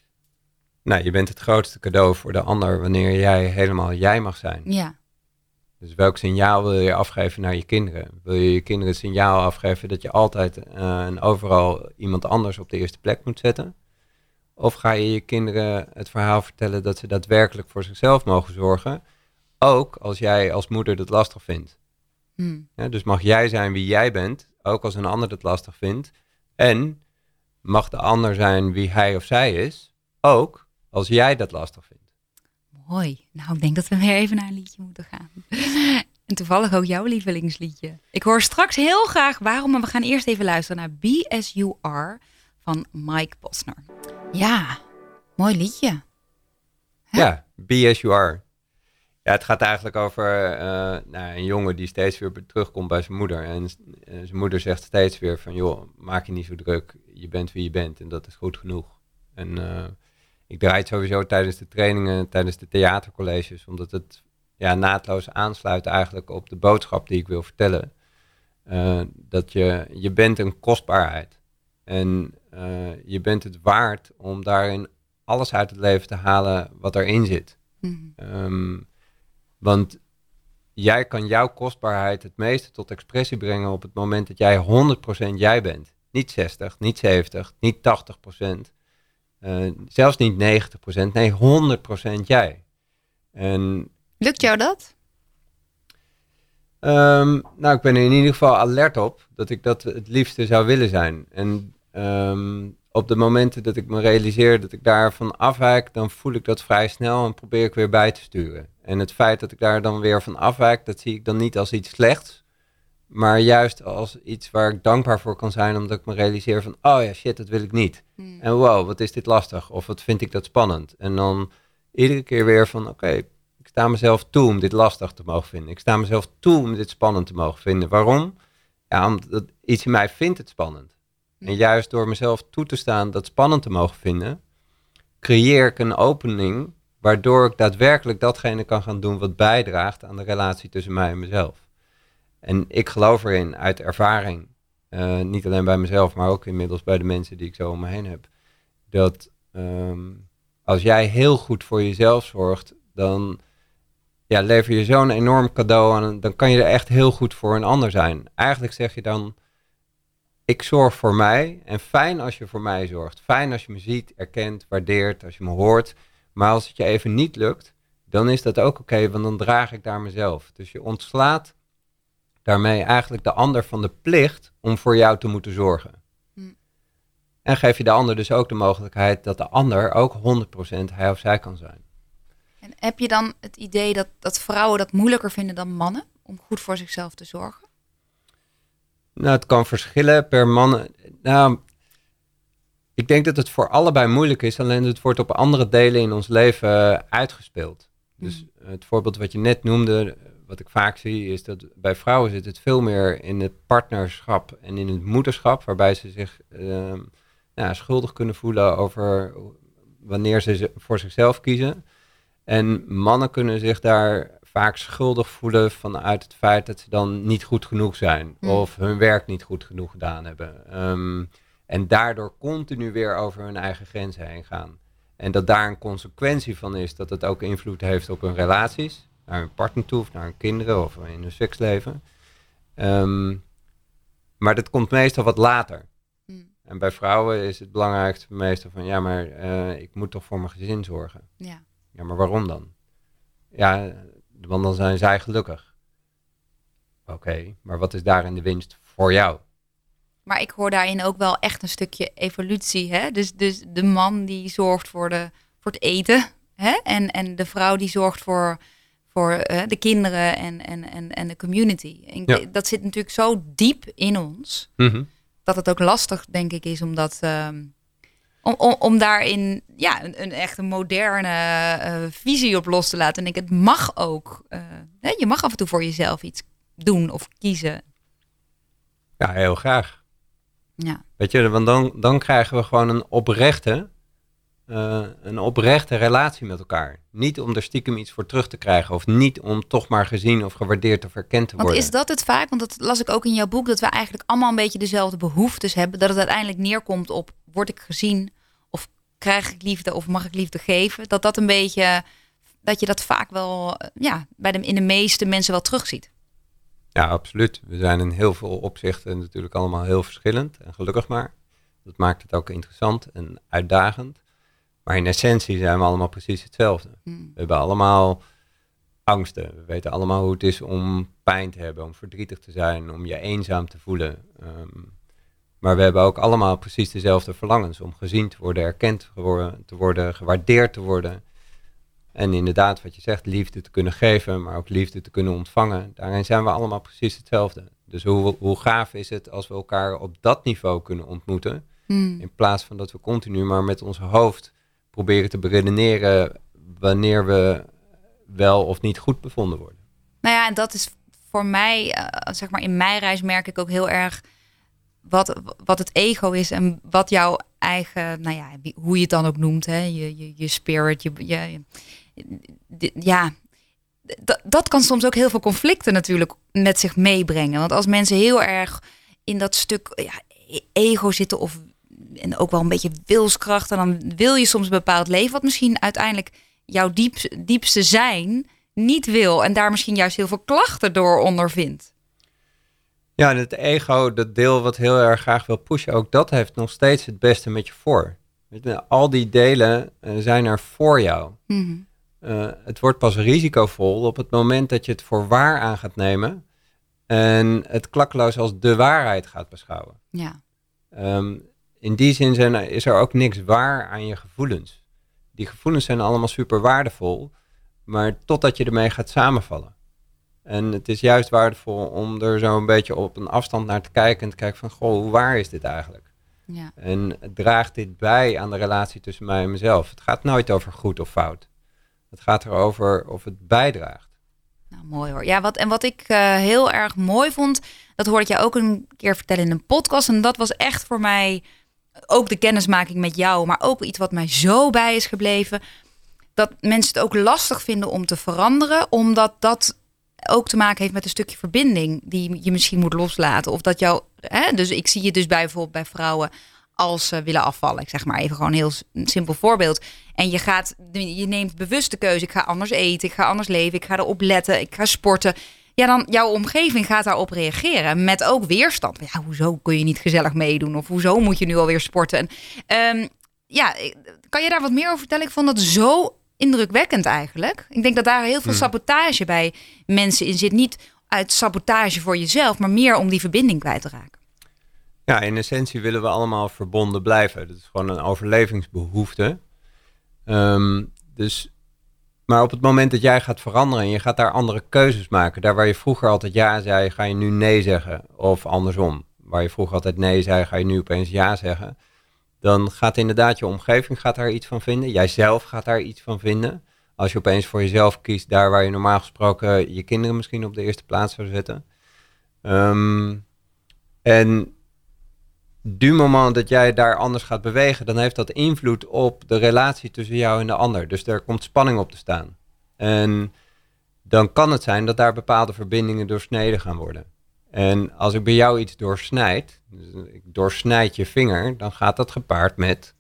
Nou, je bent het grootste cadeau voor de ander wanneer jij helemaal jij mag zijn. Ja. Dus welk signaal wil je afgeven naar je kinderen? Wil je je kinderen het signaal afgeven dat je altijd uh, en overal iemand anders op de eerste plek moet zetten? Of ga je je kinderen het verhaal vertellen dat ze daadwerkelijk voor zichzelf mogen zorgen? Ook als jij als moeder dat lastig vindt. Hmm. Ja, dus mag jij zijn wie jij bent, ook als een ander dat lastig vindt. En mag de ander zijn wie hij of zij is, ook als jij dat lastig vindt. Mooi. Nou, ik denk dat we weer even naar een liedje moeten gaan. En toevallig ook jouw lievelingsliedje. Ik hoor straks heel graag waarom, maar we gaan eerst even luisteren naar Be As You Are van Mike Posner. Ja, mooi liedje. Huh? Ja, Be As You Are. Ja, het gaat eigenlijk over uh, nou, een jongen die steeds weer terugkomt bij zijn moeder. En uh, zijn moeder zegt steeds weer van, joh, maak je niet zo druk. Je bent wie je bent en dat is goed genoeg. En uh, ik draai het sowieso tijdens de trainingen, tijdens de theatercolleges, omdat het ja, naadloos aansluit eigenlijk op de boodschap die ik wil vertellen. Uh, dat je, je bent een kostbaarheid. En uh, je bent het waard om daarin alles uit het leven te halen wat erin zit. Mm-hmm. Um, want jij kan jouw kostbaarheid het meeste tot expressie brengen op het moment dat jij honderd procent jij bent. Niet zestig, niet zeventig, niet tachtig procent. Uh, zelfs niet negentig procent, nee honderd procent jij. En lukt jou dat? Um, nou, ik ben er in ieder geval alert op dat ik dat het liefste zou willen zijn. En um, op de momenten dat ik me realiseer dat ik daarvan afwijk, dan voel ik dat vrij snel en probeer ik weer bij te sturen. En het feit dat ik daar dan weer van afwijk, dat zie ik dan niet als iets slechts, maar juist als iets waar ik dankbaar voor kan zijn, omdat ik me realiseer van, oh ja, shit, dat wil ik niet. Hmm. En wow, wat is dit lastig? Of wat vind ik dat spannend? En dan iedere keer weer van, oké, okay, ik sta mezelf toe om dit lastig te mogen vinden. Ik sta mezelf toe om dit spannend te mogen vinden. Waarom? Ja, omdat iets in mij vindt het spannend. En juist door mezelf toe te staan dat spannend te mogen vinden, creëer ik een opening waardoor ik daadwerkelijk datgene kan gaan doen wat bijdraagt aan de relatie tussen mij en mezelf. En ik geloof erin uit ervaring, uh, niet alleen bij mezelf, maar ook inmiddels bij de mensen die ik zo om me heen heb, dat um, als jij heel goed voor jezelf zorgt, dan ja, lever je zo'n enorm cadeau aan, dan kan je er echt heel goed voor een ander zijn. Eigenlijk zeg je dan, ik zorg voor mij en fijn als je voor mij zorgt. Fijn als je me ziet, erkent, waardeert, als je me hoort. Maar als het je even niet lukt, dan is dat ook oké, okay, want dan draag ik daar mezelf. Dus je ontslaat daarmee eigenlijk de ander van de plicht om voor jou te moeten zorgen. Hm. En geef je de ander dus ook de mogelijkheid dat de ander ook honderd procent hij of zij kan zijn. En heb je dan het idee dat, dat vrouwen dat moeilijker vinden dan mannen om goed voor zichzelf te zorgen? Nou, het kan verschillen per man. Nou, ik denk dat het voor allebei moeilijk is, alleen het wordt op andere delen in ons leven uh, uitgespeeld. Mm. Dus uh, het voorbeeld wat je net noemde, wat ik vaak zie, is dat bij vrouwen zit het veel meer in het partnerschap en in het moederschap, waarbij ze zich uh, nou, schuldig kunnen voelen over wanneer ze voor zichzelf kiezen. En mannen kunnen zich daar vaak schuldig voelen vanuit het feit dat ze dan niet goed genoeg zijn. Mm. Of hun werk niet goed genoeg gedaan hebben. Um, en daardoor continu weer over hun eigen grenzen heen gaan. En dat daar een consequentie van is dat het ook invloed heeft op hun relaties. Naar hun partner toe of naar hun kinderen of in hun seksleven. Um, maar dat komt meestal wat later. Mm. En bij vrouwen is het belangrijkste meestal van ja, maar uh, ik moet toch voor mijn gezin zorgen. Ja. Ja, maar waarom dan? Ja, want dan zijn zij gelukkig. Oké, okay, maar wat is daarin de winst voor jou? Maar ik hoor daarin ook wel echt een stukje evolutie. Hè? Dus, dus de man die zorgt voor, de, voor het eten. Hè? En, en de vrouw die zorgt voor, voor uh, de kinderen en, en, en, en de community. En ja. Dat zit natuurlijk zo diep in ons. Mm-hmm. Dat het ook lastig, denk ik, is om dat... Um, Om, om, om daarin ja, een, een echt een moderne uh, visie op los te laten. En ik, het mag ook. Uh, hè, je mag af en toe voor jezelf iets doen of kiezen. Ja, heel graag. Ja. Weet je, want dan, dan krijgen we gewoon een oprechte, uh, een oprechte relatie met elkaar. Niet om er stiekem iets voor terug te krijgen. Of niet om toch maar gezien of gewaardeerd of erkend te worden. Want is dat het vaak? Want dat las ik ook in jouw boek. Dat we eigenlijk allemaal een beetje dezelfde behoeftes hebben. Dat het uiteindelijk neerkomt op... Word ik gezien of krijg ik liefde of mag ik liefde geven? Dat dat een beetje, dat je dat vaak wel ja, bij de, in de meeste mensen wel terugziet. Ja, absoluut. We zijn in heel veel opzichten natuurlijk allemaal heel verschillend. En gelukkig maar. Dat maakt het ook interessant en uitdagend. Maar in essentie zijn we allemaal precies hetzelfde. Hmm. We hebben allemaal angsten. We weten allemaal hoe het is om pijn te hebben, om verdrietig te zijn, om je eenzaam te voelen. Um, Maar we hebben ook allemaal precies dezelfde verlangens om gezien te worden, erkend te worden, te worden, gewaardeerd te worden. En inderdaad, wat je zegt, liefde te kunnen geven, maar ook liefde te kunnen ontvangen. Daarin zijn we allemaal precies hetzelfde. Dus hoe, hoe gaaf is het als we elkaar op dat niveau kunnen ontmoeten. Hmm. In plaats van dat we continu maar met ons hoofd proberen te beredeneren wanneer we wel of niet goed bevonden worden. Nou ja, en dat is voor mij, uh, zeg maar in mijn reis merk ik ook heel erg wat, wat het ego is en wat jouw eigen, nou ja, hoe je het dan ook noemt, hè, je, je, je spirit, je, je, je ja, d- dat kan soms ook heel veel conflicten natuurlijk met zich meebrengen. Want als mensen heel erg in dat stuk ja, ego zitten of en ook wel een beetje wilskracht, en dan wil je soms een bepaald leven wat misschien uiteindelijk jouw diep, diepste zijn niet wil en daar misschien juist heel veel klachten door ondervindt. Ja, en het ego, dat deel wat heel erg graag wil pushen, ook dat heeft nog steeds het beste met je voor. Al die delen uh, zijn er voor jou. Mm-hmm. Uh, het wordt pas risicovol op het moment dat je het voor waar aan gaat nemen en het klakkeloos als de waarheid gaat beschouwen. Ja. Um, in die zin zijn, is er ook niks waar aan je gevoelens. Die gevoelens zijn allemaal super waardevol, maar totdat je ermee gaat samenvallen. En het is juist waardevol om er zo een beetje op een afstand naar te kijken en te kijken van, goh, hoe waar is dit eigenlijk? Ja. En draagt dit bij aan de relatie tussen mij en mezelf? Het gaat nooit over goed of fout. Het gaat erover of het bijdraagt. Nou, mooi hoor. Ja, wat, en wat ik uh, heel erg mooi vond, dat hoorde ik jou ook een keer vertellen in een podcast. En dat was echt voor mij ook de kennismaking met jou, maar ook iets wat mij zo bij is gebleven. Dat mensen het ook lastig vinden om te veranderen, omdat dat ook te maken heeft met een stukje verbinding die je misschien moet loslaten. Of dat jou, hè, dus ik zie je dus bij, bijvoorbeeld bij vrouwen als ze willen afvallen. Ik zeg maar even gewoon een heel simpel voorbeeld. En je gaat, je neemt bewust de keuze. Ik ga anders eten, ik ga anders leven, ik ga erop letten, ik ga sporten. Ja, dan jouw omgeving gaat daarop reageren met ook weerstand. Ja, hoezo kun je niet gezellig meedoen? Of hoezo moet je nu alweer sporten? En, um, ja, kan je daar wat meer over vertellen? Ik vond dat zo indrukwekkend eigenlijk. Ik denk dat daar heel veel hmm. sabotage bij mensen in zit. Niet uit sabotage voor jezelf, maar meer om die verbinding kwijt te raken. Ja, in essentie willen we allemaal verbonden blijven. Dat is gewoon een overlevingsbehoefte. Um, dus, maar op het moment dat jij gaat veranderen en je gaat daar andere keuzes maken, daar waar je vroeger altijd ja zei, ga je nu nee zeggen. Of andersom. Waar je vroeger altijd nee zei, ga je nu opeens ja zeggen. Dan gaat inderdaad je omgeving gaat daar iets van vinden. Jijzelf gaat daar iets van vinden. Als je opeens voor jezelf kiest, daar waar je normaal gesproken je kinderen misschien op de eerste plaats zou zetten. Um, en du moment dat jij daar anders gaat bewegen, dan heeft dat invloed op de relatie tussen jou en de ander. Dus er komt spanning op te staan. En dan kan het zijn dat daar bepaalde verbindingen doorsneden gaan worden. En als ik bij jou iets doorsnijd, dus ik doorsnijd je vinger, dan gaat dat gepaard met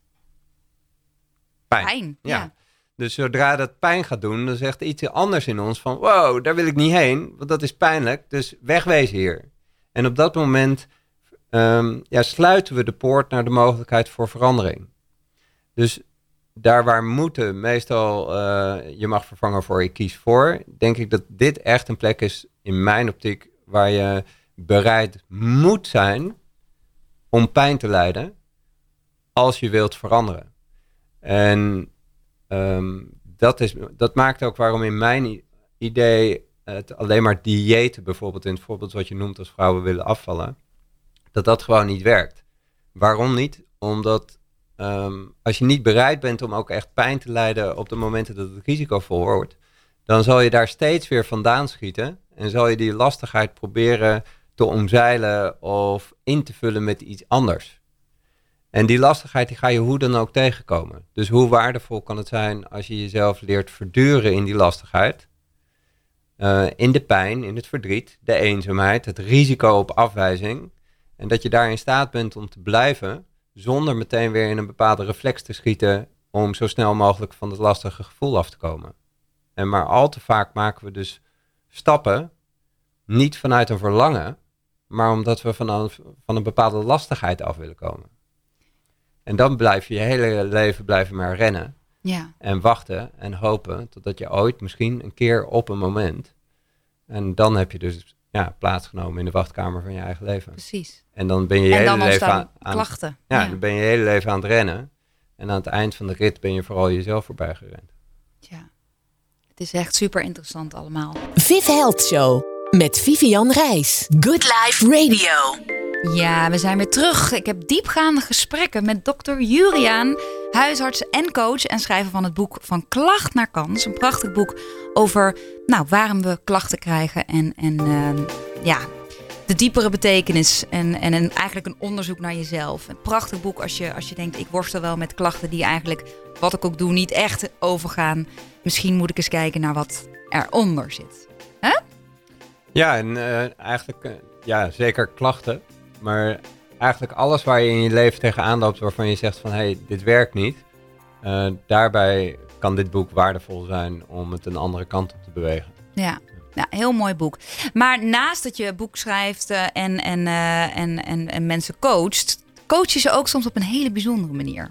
pijn. Pijn, ja. ja. Dus zodra dat pijn gaat doen, dan zegt iets anders in ons van, wow, daar wil ik niet heen, want dat is pijnlijk, dus wegwezen hier. En op dat moment um, ja, sluiten we de poort naar de mogelijkheid voor verandering. Dus daar waar moeten meestal uh, je mag vervangen voor ik kies voor, denk ik dat dit echt een plek is in mijn optiek waar je bereid moet zijn om pijn te lijden als je wilt veranderen. En um, dat, is, dat maakt ook waarom in mijn idee het alleen maar diëten, bijvoorbeeld in het voorbeeld wat je noemt als vrouwen willen afvallen, dat dat gewoon niet werkt. Waarom niet? Omdat um, als je niet bereid bent om ook echt pijn te lijden op de momenten dat het risicovol wordt, dan zal je daar steeds weer vandaan schieten en zal je die lastigheid proberen te omzeilen of in te vullen met iets anders. En die lastigheid die ga je hoe dan ook tegenkomen. Dus hoe waardevol kan het zijn als je jezelf leert verduren in die lastigheid, uh, in de pijn, in het verdriet, de eenzaamheid, het risico op afwijzing. En dat je daar in staat bent om te blijven zonder meteen weer in een bepaalde reflex te schieten om zo snel mogelijk van het lastige gevoel af te komen. En maar al te vaak maken we dus stappen niet vanuit een verlangen, maar omdat we van een, van een bepaalde lastigheid af willen komen. En dan blijf je je hele leven blijven maar rennen. Ja. En wachten en hopen totdat je ooit misschien een keer op een moment. En dan heb je dus ja, plaatsgenomen in de wachtkamer van je eigen leven. Precies. En dan ben je je en hele dan leven ontstaan aan, aan klachten. ja, Ja. dan ben je je hele leven aan het rennen. En aan het eind van de rit ben je vooral jezelf voorbij gerend. Ja. Het is echt super interessant allemaal. Viv Health Show met Vivian Reis. Good Life Radio. Ja, we zijn weer terug. Ik heb diepgaande gesprekken met dokter Juriaan, huisarts en coach en schrijver van het boek Van Klacht naar Kans. Een prachtig boek over nou, waarom we klachten krijgen en, en uh, ja, de diepere betekenis en, en een, eigenlijk een onderzoek naar jezelf. Een prachtig boek als je, als je denkt, ik worstel wel met klachten die eigenlijk, wat ik ook doe, niet echt overgaan. Misschien moet ik eens kijken naar wat eronder zit. Huh? Ja, en uh, eigenlijk, uh, ja, zeker klachten. Maar eigenlijk alles waar je in je leven tegenaan loopt waarvan je zegt van, hé, hey, dit werkt niet. Uh, daarbij kan dit boek waardevol zijn om het een andere kant op te bewegen. Ja. Nou, heel mooi boek. Maar naast dat je boek schrijft uh, en, en, uh, en, en, en mensen coacht, coach je ze ook soms op een hele bijzondere manier.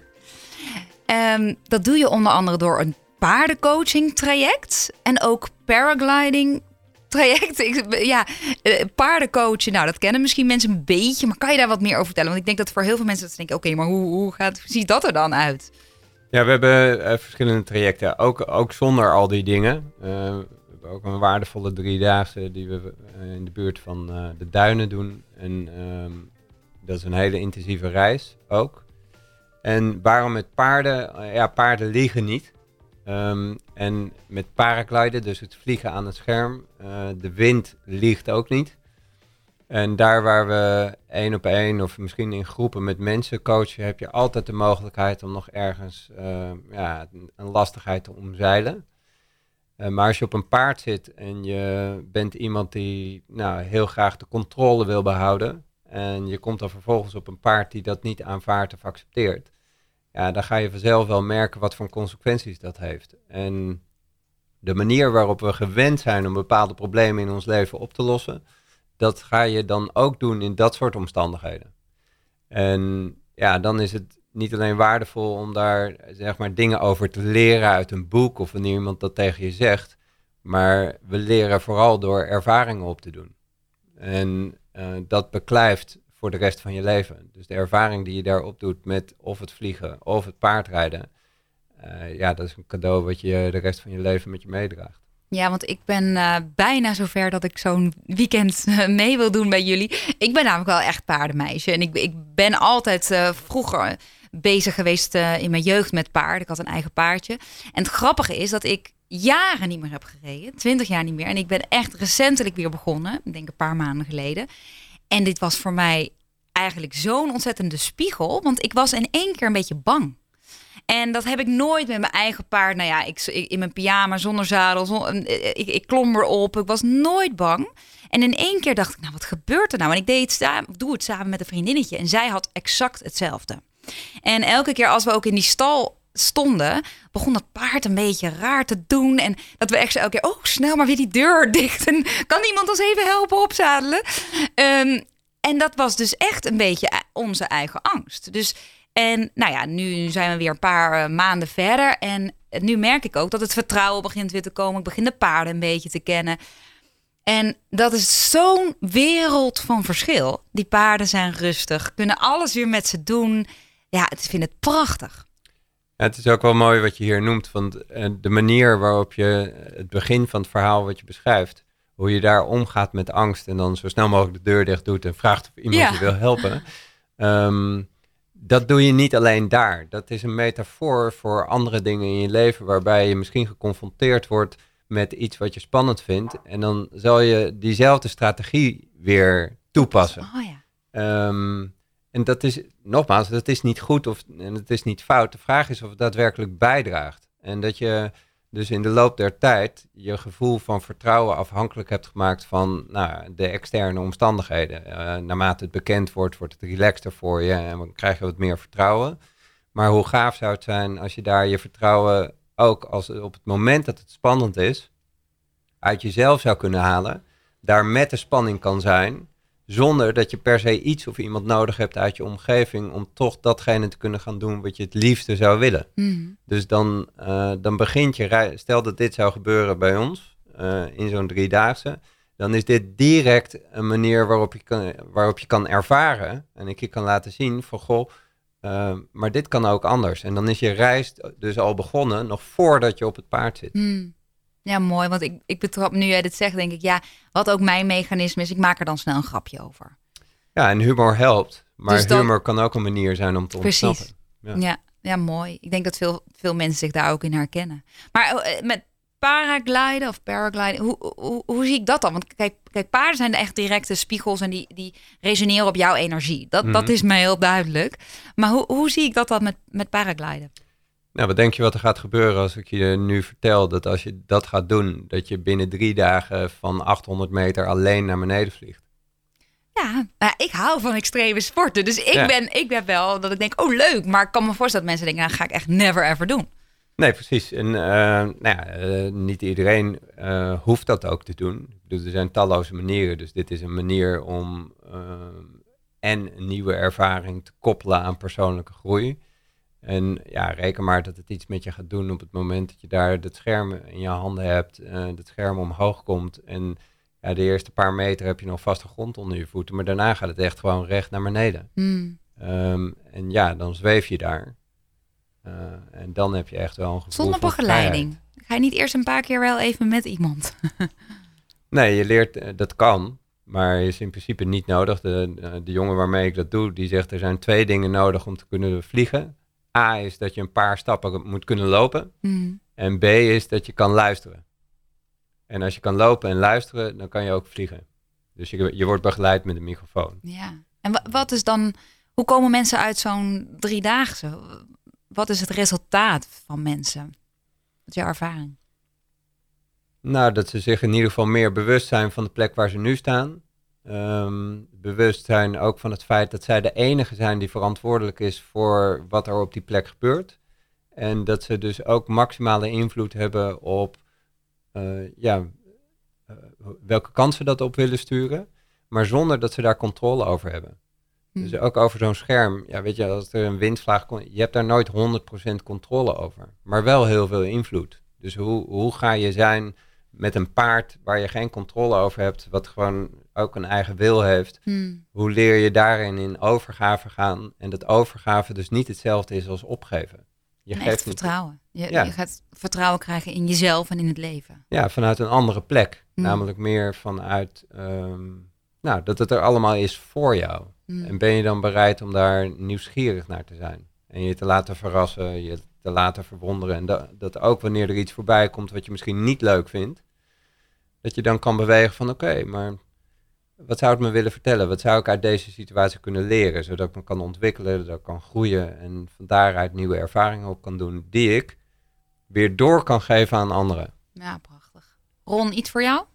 Um, dat doe je onder andere door een paardencoaching traject en ook paragliding traject. Ik, ja, uh, paardencoachen, nou dat kennen misschien mensen een beetje, maar kan je daar wat meer over vertellen? Want ik denk dat voor heel veel mensen dat ze denken, oké, okay, maar hoe, hoe, gaat, hoe ziet dat er dan uit? Ja, we hebben uh, verschillende trajecten, ook, ook zonder al die dingen. Uh, Ook een waardevolle driedaagse die we uh, in de buurt van uh, de duinen doen. En um, dat is een hele intensieve reis ook. En waarom met paarden? Uh, ja, paarden liegen niet. Um, en met paragliden, dus het vliegen aan het scherm, uh, de wind liegt ook niet. En daar waar we één op één of misschien in groepen met mensen coachen, heb je altijd de mogelijkheid om nog ergens uh, ja, een lastigheid te omzeilen. Uh, maar als je op een paard zit en je bent iemand die nou, heel graag de controle wil behouden en je komt dan vervolgens op een paard die dat niet aanvaardt of accepteert, ja, dan ga je vanzelf wel merken wat voor consequenties dat heeft. En de manier waarop we gewend zijn om bepaalde problemen in ons leven op te lossen, dat ga je dan ook doen in dat soort omstandigheden. En ja, dan is het niet alleen waardevol om daar zeg maar dingen over te leren uit een boek of wanneer iemand dat tegen je zegt, maar we leren vooral door ervaringen op te doen. En uh, dat beklijft voor de rest van je leven. Dus de ervaring die je daar opdoet met of het vliegen of het paardrijden, uh, ja, dat is een cadeau wat je de rest van je leven met je meedraagt. Ja, want ik ben uh, bijna zover dat ik zo'n weekend uh, mee wil doen bij jullie. Ik ben namelijk wel echt paardenmeisje. En ik, ik ben altijd uh, vroeger bezig geweest uh, in mijn jeugd met paarden. Ik had een eigen paardje. En het grappige is dat ik jaren niet meer heb gereden. Twintig jaar niet meer. En ik ben echt recentelijk weer begonnen. Ik denk een paar maanden geleden. En dit was voor mij eigenlijk zo'n ontzettende spiegel. Want ik was in één keer een beetje bang. En dat heb ik nooit met mijn eigen paard. Nou ja, ik, in mijn pyjama, zonder zadel. Zonder, ik, ik klom erop. Ik was nooit bang. En in één keer dacht ik, nou wat gebeurt er nou? En ik deed het samen, doe het samen met een vriendinnetje. En zij had exact hetzelfde. En elke keer als we ook in die stal stonden, begon dat paard een beetje raar te doen. En dat we echt zo elke keer, oh snel maar weer die deur dicht. En kan iemand ons even helpen opzadelen? Um, en dat was dus echt een beetje onze eigen angst. Dus... En nou ja, nu zijn we weer een paar uh, maanden verder. En nu merk ik ook dat het vertrouwen begint weer te komen. Ik begin de paarden een beetje te kennen. En dat is zo'n wereld van verschil. Die paarden zijn rustig, kunnen alles weer met ze doen. Ja, ik vind het prachtig. Ja, het is ook wel mooi wat je hier noemt. Want uh, de manier waarop je het begin van het verhaal wat je beschrijft, hoe je daar omgaat met angst en dan zo snel mogelijk de deur dicht doet en vraagt of iemand ja. je wil helpen. Um, Dat doe je niet alleen daar. Dat is een metafoor voor andere dingen in je leven waarbij je misschien geconfronteerd wordt met iets wat je spannend vindt. En dan zal je diezelfde strategie weer toepassen. Oh ja. Um, en dat is, nogmaals, dat is niet goed of en het is niet fout. De vraag is of het daadwerkelijk bijdraagt. En dat je dus in de loop der tijd je gevoel van vertrouwen afhankelijk hebt gemaakt van nou, de externe omstandigheden. Uh, naarmate het bekend wordt, wordt het relaxter voor je en dan krijg je wat meer vertrouwen. Maar hoe gaaf zou het zijn als je daar je vertrouwen ook als op het moment dat het spannend is, uit jezelf zou kunnen halen, daar met de spanning kan zijn, zonder dat je per se iets of iemand nodig hebt uit je omgeving om toch datgene te kunnen gaan doen wat je het liefste zou willen. Mm. Dus dan, uh, dan begint je, stel dat dit zou gebeuren bij ons uh, in zo'n driedaagse, dan is dit direct een manier waarop je kan, waarop je kan ervaren. En ik je kan laten zien van, goh, uh, maar dit kan ook anders. En dan is je reis dus al begonnen, nog voordat je op het paard zit. Mm. Ja, mooi. Want ik, ik betrap, nu jij dit zegt, denk ik, ja, wat ook mijn mechanisme is, ik maak er dan snel een grapje over. Ja, en humor helpt. Maar dus dan, humor kan ook een manier zijn om te ontsnappen. Precies. Ja. Ja, ja, mooi. Ik denk dat veel, veel mensen zich daar ook in herkennen. Maar uh, met paragliden of paragliden, hoe, hoe, hoe zie ik dat dan? Want kijk, kijk, paarden zijn de echt directe spiegels en die, die resoneren op jouw energie. Dat, mm-hmm. dat is mij heel duidelijk. Maar hoe, hoe zie ik dat dan met, met paragliden? Nou, wat denk je wat er gaat gebeuren als ik je nu vertel dat als je dat gaat doen, dat je binnen drie dagen van achthonderd meter alleen naar beneden vliegt? Ja, nou, ik hou van extreme sporten. Dus ik, ja. ben, ik ben wel dat ik denk, oh leuk. Maar ik kan me voorstellen dat mensen denken, nou ga ik echt never ever doen. Nee, precies. En uh, nou ja, uh, niet iedereen uh, hoeft dat ook te doen. Ik bedoel, er zijn talloze manieren. Dus dit is een manier om uh, en een nieuwe ervaring te koppelen aan persoonlijke groei. En ja, reken maar dat het iets met je gaat doen op het moment dat je daar het scherm in je handen hebt. Uh, het scherm omhoog komt en ja, de eerste paar meter heb je nog vaste grond onder je voeten. Maar daarna gaat het echt gewoon recht naar beneden. Mm. Um, en ja, dan zweef je daar. Uh, en dan heb je echt wel een gevoel zonder van begeleiding. vrijheid. Ga je niet eerst een paar keer wel even met iemand? Nee, je leert, uh, dat kan. Maar is in principe niet nodig. De, uh, de jongen waarmee ik dat doe, die zegt er zijn twee dingen nodig om te kunnen vliegen. A is dat je een paar stappen moet kunnen lopen. Mm. En B is dat je kan luisteren. En als je kan lopen en luisteren, dan kan je ook vliegen. Dus je, je wordt begeleid met een microfoon. Ja. En w- wat is dan, hoe komen mensen uit zo'n driedaagse? Wat is het resultaat van mensen? Wat is jouw ervaring? Nou, dat ze zich in ieder geval meer bewust zijn van de plek waar ze nu staan. Um, bewust zijn ook van het feit dat zij de enige zijn die verantwoordelijk is voor wat er op die plek gebeurt. En dat ze dus ook maximale invloed hebben op uh, ja, uh, welke kant ze dat op willen sturen. Maar zonder dat ze daar controle over hebben. Hm. Dus ook over zo'n scherm. Ja, weet je, als er een windvlaag komt, je hebt daar nooit honderd procent controle over. Maar wel heel veel invloed. Dus hoe, hoe ga je zijn met een paard waar je geen controle over hebt, wat gewoon ook een eigen wil heeft. Hmm. Hoe leer je daarin in overgave gaan? En dat overgave dus niet hetzelfde is als opgeven. Je nee, geeft echt vertrouwen. Je, ja. je gaat vertrouwen krijgen in jezelf en in het leven. Ja, vanuit een andere plek. Hmm. Namelijk meer vanuit um, nou, dat het er allemaal is voor jou. Hmm. En ben je dan bereid om daar nieuwsgierig naar te zijn? En je te laten verrassen, je te laten verwonderen. En dat, dat ook wanneer er iets voorbij komt wat je misschien niet leuk vindt, dat je dan kan bewegen van oké, okay, maar wat zou het me willen vertellen? Wat zou ik uit deze situatie kunnen leren? Zodat ik me kan ontwikkelen, dat ik kan groeien en van daaruit nieuwe ervaringen op kan doen die ik weer door kan geven aan anderen. Ja, prachtig. Ron, iets voor jou?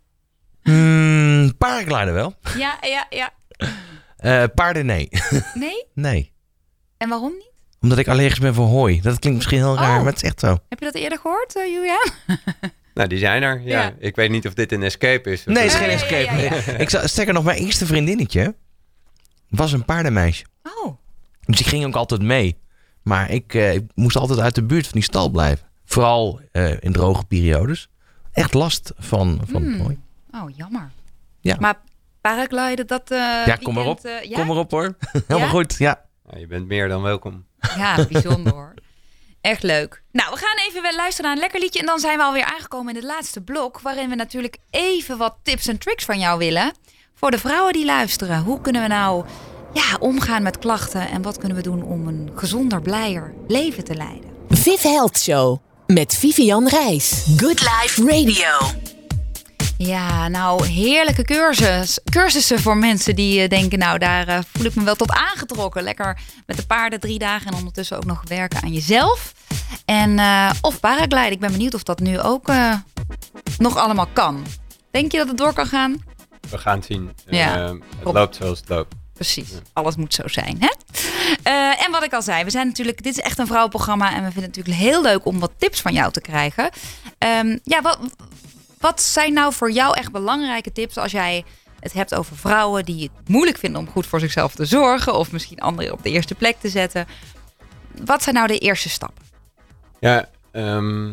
Mm, paragliden wel. Ja, ja, ja. Uh, paarden nee. Nee? Nee. En waarom niet? Omdat ik allergisch ben voor hooi. Dat klinkt misschien heel raar, oh. maar het is echt zo. Heb je dat eerder gehoord, uh, Julian? Nou, die zijn er. Ja. ja. Ik weet niet of dit een escape is. Nee, het is geen escape. Ja, ja, ja. Ik zou, sterker nog, mijn eerste vriendinnetje was een paardenmeisje. Oh. Dus ik ging ook altijd mee. Maar ik, uh, ik moest altijd uit de buurt van die stal blijven. Vooral uh, in droge periodes. Echt last van, van mm. hooi. Oh, jammer. Ja. Maar paragliden, dat uh, Ja, kom maar op. Uh, ja? Kom maar op hoor. Helemaal ja? goed, ja. Nou, je bent meer dan welkom. Ja, bijzonder hoor. Echt leuk. Nou, we gaan even luisteren naar een lekker liedje. En dan zijn we alweer aangekomen in het laatste blok. Waarin we natuurlijk even wat tips en tricks van jou willen. Voor de vrouwen die luisteren. Hoe kunnen we nou ja, omgaan met klachten? En wat kunnen we doen om een gezonder, blijer leven te leiden? Viv Health Show. Met Vivian Reis. Good Life Radio. Ja, nou, heerlijke cursus, cursussen voor mensen die uh, denken, nou, daar uh, voel ik me wel tot aangetrokken. Lekker met de paarden drie dagen en ondertussen ook nog werken aan jezelf. En, uh, of paragliden. Ik ben benieuwd of dat nu ook uh, nog allemaal kan. Denk je dat het door kan gaan? We gaan het zien. Ja. Uh, het loopt zoals het loopt. Precies, ja. Alles moet zo zijn, hè? Uh, en wat ik al zei, we zijn natuurlijk, dit is echt een vrouwenprogramma en we vinden het natuurlijk heel leuk om wat tips van jou te krijgen. Um, ja, wat... Wat zijn nou voor jou echt belangrijke tips als jij het hebt over vrouwen die het moeilijk vinden om goed voor zichzelf te zorgen of misschien anderen op de eerste plek te zetten? Wat zijn nou de eerste stappen? Ja, um,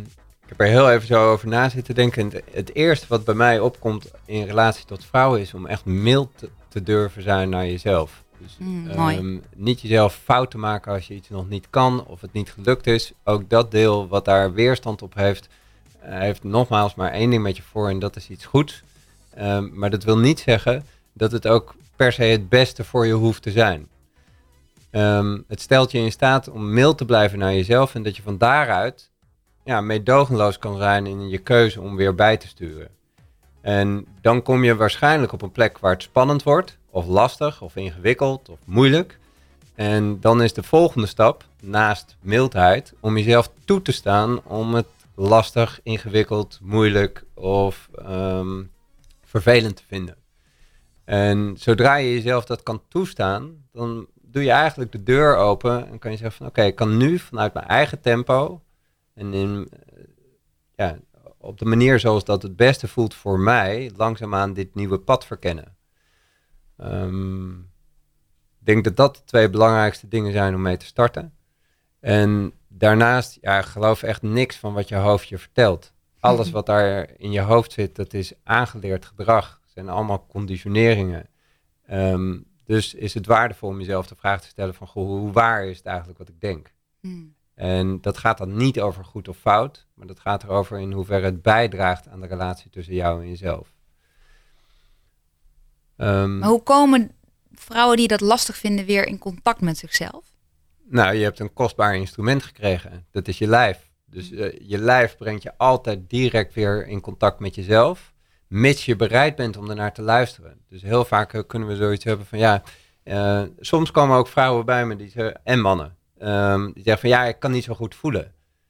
Ik heb er heel even zo over na zitten denken. Het, het eerste wat bij mij opkomt in relatie tot vrouwen is om echt mild te, te durven zijn naar jezelf. Dus Mm, mooi. um, niet jezelf fout te maken als je iets nog niet kan of het niet gelukt is. Ook dat deel wat daar weerstand op heeft, uh, heeft nogmaals maar één ding met je voor en dat is iets goeds. Um, maar dat wil niet zeggen dat het ook per se het beste voor je hoeft te zijn. Um, het stelt je in staat om mild te blijven naar jezelf en dat je van daaruit ja, meedogenloos kan zijn in je keuze om weer bij te sturen. En dan kom je waarschijnlijk op een plek waar het spannend wordt, of lastig, of ingewikkeld, of moeilijk. En dan is de volgende stap, naast mildheid, om jezelf toe te staan om het lastig, ingewikkeld, moeilijk of um, vervelend te vinden. En zodra je jezelf dat kan toestaan, dan doe je eigenlijk de deur open en kan je zeggen van oké, okay, ik kan nu vanuit mijn eigen tempo en in, ja, op de manier zoals dat het beste voelt voor mij, langzaamaan dit nieuwe pad verkennen. Um, ik denk dat dat de twee belangrijkste dingen zijn om mee te starten. En daarnaast, ja, geloof echt niks van wat je hoofd je vertelt. Alles wat daar in je hoofd zit, dat is aangeleerd gedrag. Het zijn allemaal conditioneringen. Um, dus is het waardevol om jezelf de vraag te stellen van, goh, hoe waar is het eigenlijk wat ik denk? Hmm. En dat gaat dan niet over goed of fout, maar dat gaat erover in hoeverre het bijdraagt aan de relatie tussen jou en jezelf. Um, Maar hoe komen vrouwen die dat lastig vinden weer in contact met zichzelf? Nou, je hebt een kostbaar instrument gekregen. Dat is je lijf. Dus uh, je lijf brengt je altijd direct weer in contact met jezelf, mits je bereid bent om ernaar te luisteren. Dus heel vaak uh, kunnen we zoiets hebben van ja, uh, soms komen ook vrouwen bij me die zeggen, en mannen, um, die zeggen van ja, ik kan niet zo goed voelen.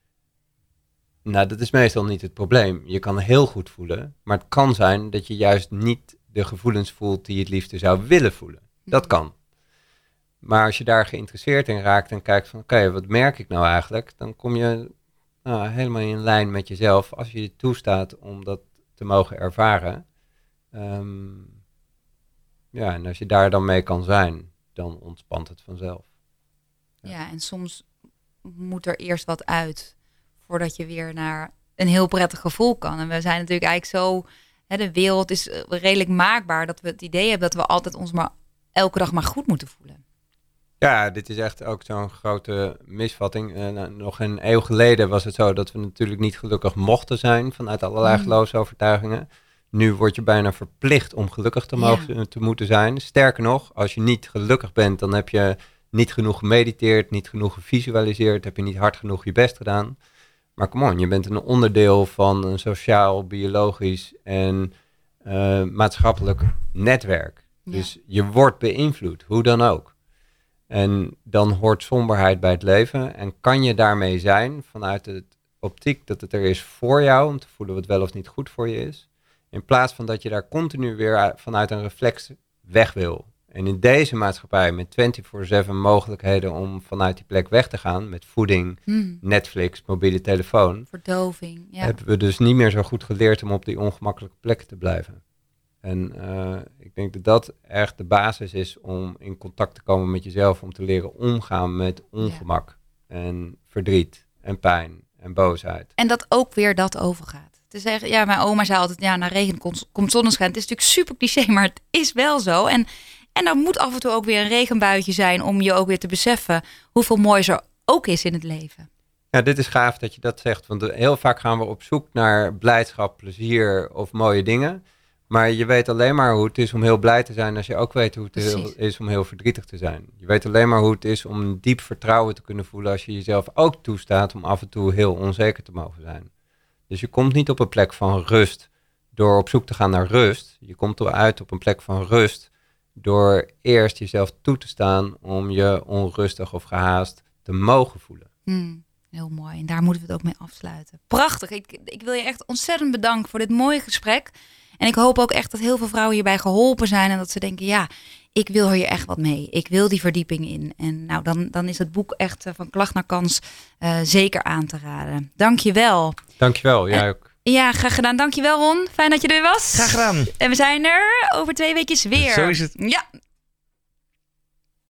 Nou, dat is meestal niet het probleem. Je kan heel goed voelen, maar het kan zijn dat je juist niet de gevoelens voelt die je het liefste zou willen voelen. Dat kan. Maar als je daar geïnteresseerd in raakt en kijkt van oké, okay, wat merk ik nou eigenlijk? Dan kom je nou, helemaal in lijn met jezelf als je je toestaat om dat te mogen ervaren. Um, ja, en als je daar dan mee kan zijn, dan ontspant het vanzelf. Ja. ja, en soms moet er eerst wat uit voordat je weer naar een heel prettig gevoel kan. En we zijn natuurlijk eigenlijk zo, hè, de wereld is redelijk maakbaar dat we het idee hebben dat we altijd ons maar elke dag maar goed moeten voelen. Ja, dit is echt ook zo'n grote misvatting. Uh, nou, nog een eeuw geleden was het zo dat we natuurlijk niet gelukkig mochten zijn vanuit allerlei mm. geloofsovertuigingen. Nu word je bijna verplicht om gelukkig te, mogen, ja. te moeten zijn. Sterker nog, als je niet gelukkig bent, dan heb je niet genoeg gemediteerd, niet genoeg gevisualiseerd, heb je niet hard genoeg je best gedaan. Maar come on, je bent een onderdeel van een sociaal, biologisch en uh, maatschappelijk netwerk. Ja. Dus je wordt beïnvloed, hoe dan ook. En dan hoort somberheid bij het leven. En kan je daarmee zijn vanuit de optiek dat het er is voor jou, om te voelen wat wel of niet goed voor je is. In plaats van dat je daar continu weer vanuit een reflex weg wil. En in deze maatschappij met vierentwintig zeven mogelijkheden om vanuit die plek weg te gaan, met voeding, mm. Netflix, mobiele telefoon. Verdoving, ja. Hebben we dus niet meer zo goed geleerd om op die ongemakkelijke plekken te blijven. En uh, ik denk dat dat echt de basis is om in contact te komen met jezelf, om te leren omgaan met ongemak ja. en verdriet en pijn en boosheid. En dat ook weer dat overgaat. Te zeggen, ja, mijn oma zei altijd, ja, na regen komt, komt zonneschijn. Het is natuurlijk super cliché, maar het is wel zo. En, en er moet af en toe ook weer een regenbuitje zijn om je ook weer te beseffen hoeveel moois er ook is in het leven. Ja, dit is gaaf dat je dat zegt, want heel vaak gaan we op zoek naar blijdschap, plezier of mooie dingen. Maar je weet alleen maar hoe het is om heel blij te zijn als je ook weet hoe het heel, is om heel verdrietig te zijn. Je weet alleen maar hoe het is om een diep vertrouwen te kunnen voelen als je jezelf ook toestaat om af en toe heel onzeker te mogen zijn. Dus je komt niet op een plek van rust door op zoek te gaan naar rust. Je komt eruit op een plek van rust door eerst jezelf toe te staan om je onrustig of gehaast te mogen voelen. Hmm, heel mooi. En daar moeten we het ook mee afsluiten. Prachtig. Ik, ik wil je echt ontzettend bedanken voor dit mooie gesprek. En ik hoop ook echt dat heel veel vrouwen hierbij geholpen zijn. En dat ze denken, ja, ik wil hier echt wat mee. Ik wil die verdieping in. En nou, dan, dan is het boek echt uh, van Klacht naar Kans uh, zeker aan te raden. Dank je wel. Dank je wel, jij ook. Ja, graag gedaan. Dank je wel, Ron. Fijn dat je er was. Graag gedaan. En we zijn er over twee weekjes weer. Zo is het. Ja.